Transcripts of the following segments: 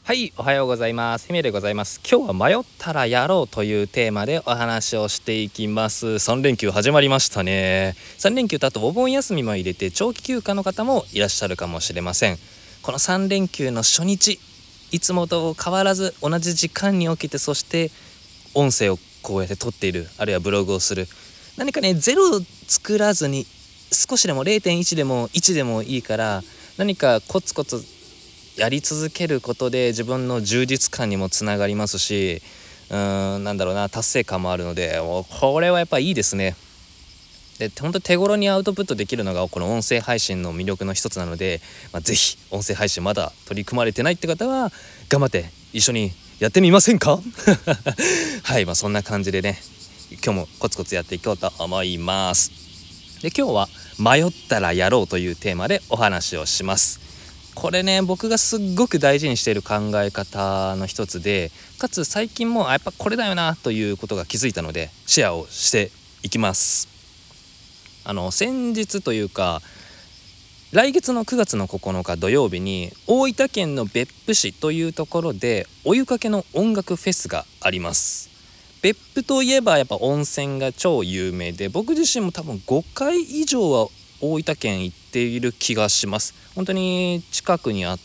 はい、おはようございます。姫でございます。今日は迷ったらやろうというテーマでお話をしていきます。3連休始まりましたね。3連休とあとお盆休みも入れて長期休暇の方もいらっしゃるかもしれません。この3連休の初日、いつもと変わらず同じ時間に起きて、そして音声をこうやって撮っている、あるいはブログをする。何かね、ゼロを作らずに少しでも 0.1 でも1でもいいから、何かコツコツやり続けることで自分の充実感にもつながりますし、なんだろうな、達成感もあるので、もうこれはやっぱいいですね。で、本当手頃にアウトプットできるのがこの音声配信の魅力の一つなので、ぜひ音声配信まだ取り組まれてないって方は頑張って一緒にやってみませんかはい、そんな感じでね、今日もコツコツやっていこうと思います。で、今日は迷ったらやろうというテーマでお話をします。これね、僕がすっごく大事にしている考え方の一つで、かつ最近もやっぱこれだよなということが気づいたのでシェアをしていきます。先日というか、来月の9月の9日土曜日に大分県の別府市というところでお湯かけの音楽フェスがあります。別府といえばやっぱ温泉が超有名で、僕自身も多分5回以上は大分県行っている気がします。本当に近くにあって、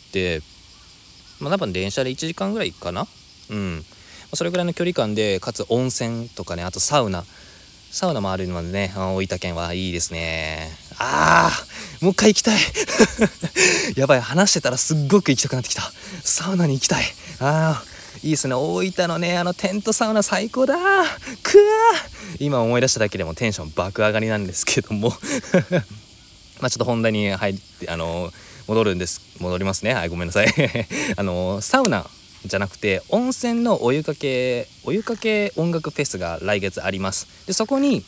多分電車で1時間ぐらいかな。それぐらいの距離感で、かつ温泉とかね、あとサウナもあるのでね、大分県はいいですね。もう一回行きたいやばい、話してたらすっごく行きたくなってきた。サウナに行きたい。いいですね。大分のね、テントサウナ最高だ。今思い出しただけでもテンション爆上がりなんですけどもちょっと本題に入って戻りますね。はい、ごめんなさいサウナじゃなくて温泉のお湯かけ音楽フェスが来月あります。で、そこに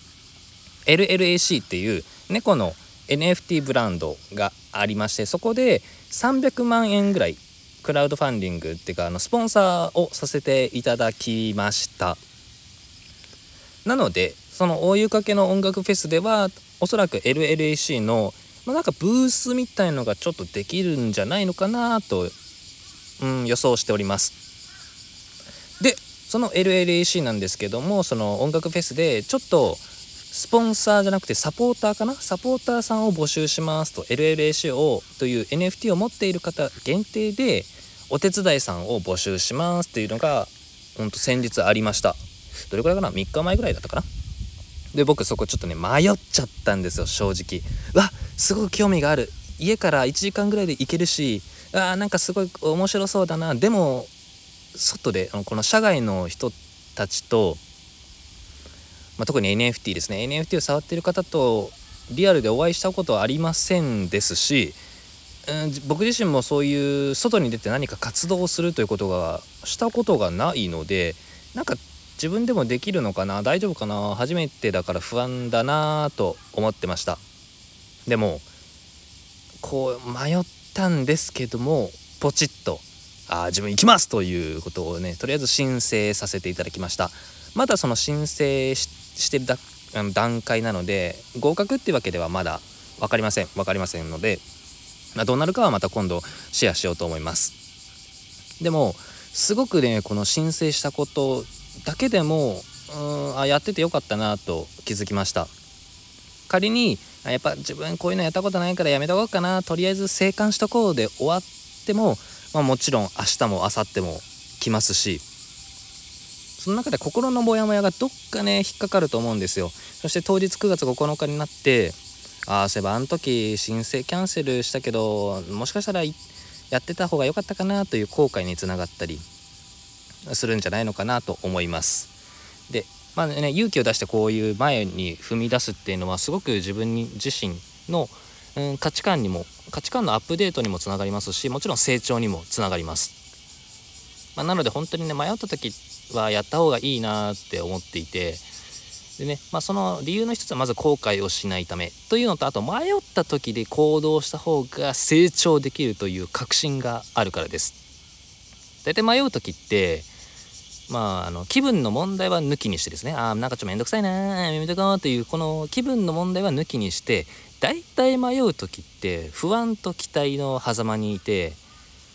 LLAC っていう猫の NFT ブランドがありまして、そこで300万円ぐらいクラウドファンディングっていうか、スポンサーをさせていただきました。なのでそのお湯かけの音楽フェスではおそらく LLAC のなんかブースみたいのがちょっとできるんじゃないのかなと、予想しております。で、その LLAC なんですけども、その音楽フェスでちょっとスポンサーじゃなくてサポーターさんを募集しますと、 LLAC をという NFT を持っている方限定でお手伝いさんを募集しますっていうのが先日ありました。どれくらいかな、3日前ぐらいだったかな。で、僕そこちょっとね迷っちゃったんですよ、正直。すごく興味がある、家から1時間ぐらいで行けるし、なんかすごい面白そうだな。でも外でこの社外の人たちと、特に NFT ですね、 NFT を触っている方とリアルでお会いしたことはありませんですし、僕自身もそういう外に出て何か活動をするということがしたことがないので、なんか自分でもできるのかな、大丈夫かな、初めてだから不安だなと思ってました。でもこう迷ったんですけども、ポチッと自分行きますということをね、とりあえず申請させていただきました。まだその申請してる段階なので、合格っていうわけではまだ分かりませんので、どうなるかはまた今度シェアしようと思います。でもすごくね、この申請したことだけでもやっててよかったなと気づきました。仮にやっぱ自分こういうのやったことないからやめとこうかな、とりあえず生還しとこうで終わっても、もちろん明日も明後日も来ますし、その中で心のモヤモヤがどっかね引っかかると思うんですよ。そして当日9月9日になって、そういえばあの時申請キャンセルしたけど、もしかしたらやってた方が良かったかなという後悔につながったりするんじゃないのかなと思います。で、勇気を出してこういう前に踏み出すっていうのはすごく自分自身の、価値観のアップデートにもつながりますし、もちろん成長にもつながります。なので本当にね、迷った時はやった方がいいなって思っていて、でね、その理由の一つはまず後悔をしないためというのと、あと迷った時で行動した方が成長できるという確信があるからです。大体迷う時って気分の問題は抜きにしてですね、なんかちょっとめんどくさいな、やめとこうというこの気分の問題は抜きにして、だいたい迷う時って不安と期待の狭間にいて、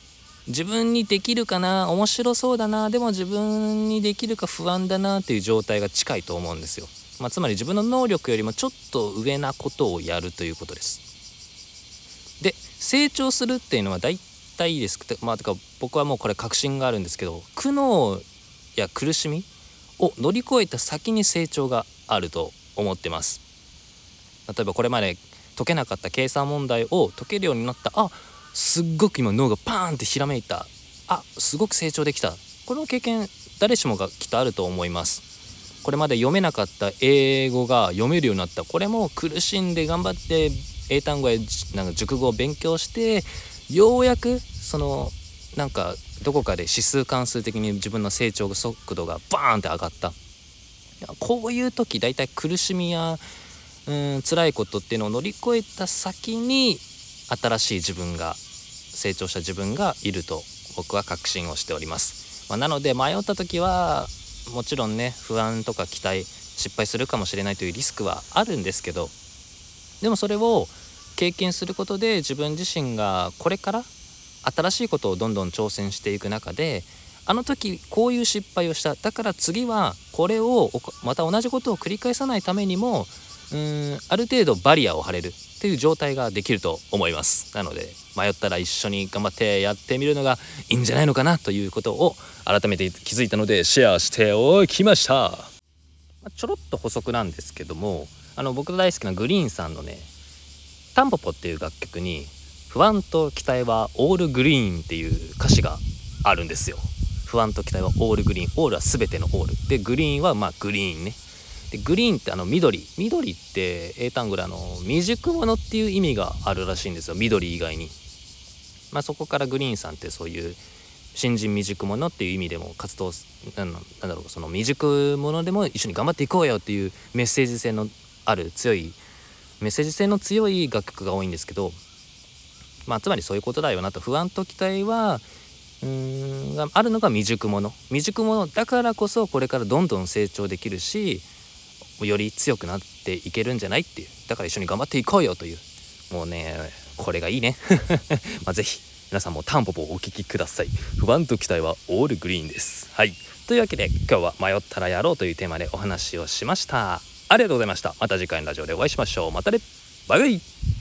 自分にできるかな、面白そうだな、でも自分にできるか不安だなっていう状態が近いと思うんですよ。つまり自分の能力よりもちょっと上なことをやるということです。で、成長するっていうのは大体です。てか僕はもうこれ確信があるんですけど、苦悩や苦しみを乗り越えた先に成長があると思ってます。例えばこれまで解けなかった計算問題を解けるようになった。すっごく今脳がパーンってひらめいた。すごく成長できた。この経験誰しもがきっとあると思います。これまで読めなかった英語が読めるようになった。これも苦しんで頑張って英単語や熟語を勉強して、ようやくどこかで指数関数的に自分の成長速度がバーンって上がった。こういう時だいたい苦しみや辛いことっていうのを乗り越えた先に新しい自分が、成長した自分がいると僕は確信をしております。なので迷った時はもちろんね、不安とか期待、失敗するかもしれないというリスクはあるんですけど、でもそれを経験することで自分自身がこれから新しいことをどんどん挑戦していく中で、あの時こういう失敗をした、だから次はこれをまた同じことを繰り返さないためにもある程度バリアを張れるっていう状態ができると思います。なので迷ったら一緒に頑張ってやってみるのがいいんじゃないのかなということを改めて気づいたのでシェアしておきました。ちょろっと補足なんですけども、僕の大好きなグリーンさんのね、タンポポっていう楽曲に不安と期待はオールグリーンっていう歌詞があるんですよ。不安と期待はオールグリーン、オールは全てのオールで、グリーンはグリーンね。でグリーンって緑って英単語で未熟者っていう意味があるらしいんですよ、緑以外に。そこからグリーンさんってそういう新人未熟者っていう意味でも活動、その未熟者でも一緒に頑張っていこうよっていうメッセージ性のある強い楽曲が多いんですけど、つまりそういうことだよなと。不安と期待はがあるのが未熟者だからこそこれからどんどん成長できるし、より強くなっていけるんじゃないっていう、だから一緒に頑張っていこうよという、もうねこれがいいねぜひ皆さんもタンポポをお聞きください。不安と期待はオールグリーンです。はい、というわけで今日は迷ったらやろうというテーマでお話をしました。ありがとうございました。また次回のラジオでお会いしましょう。またね、バイバイ。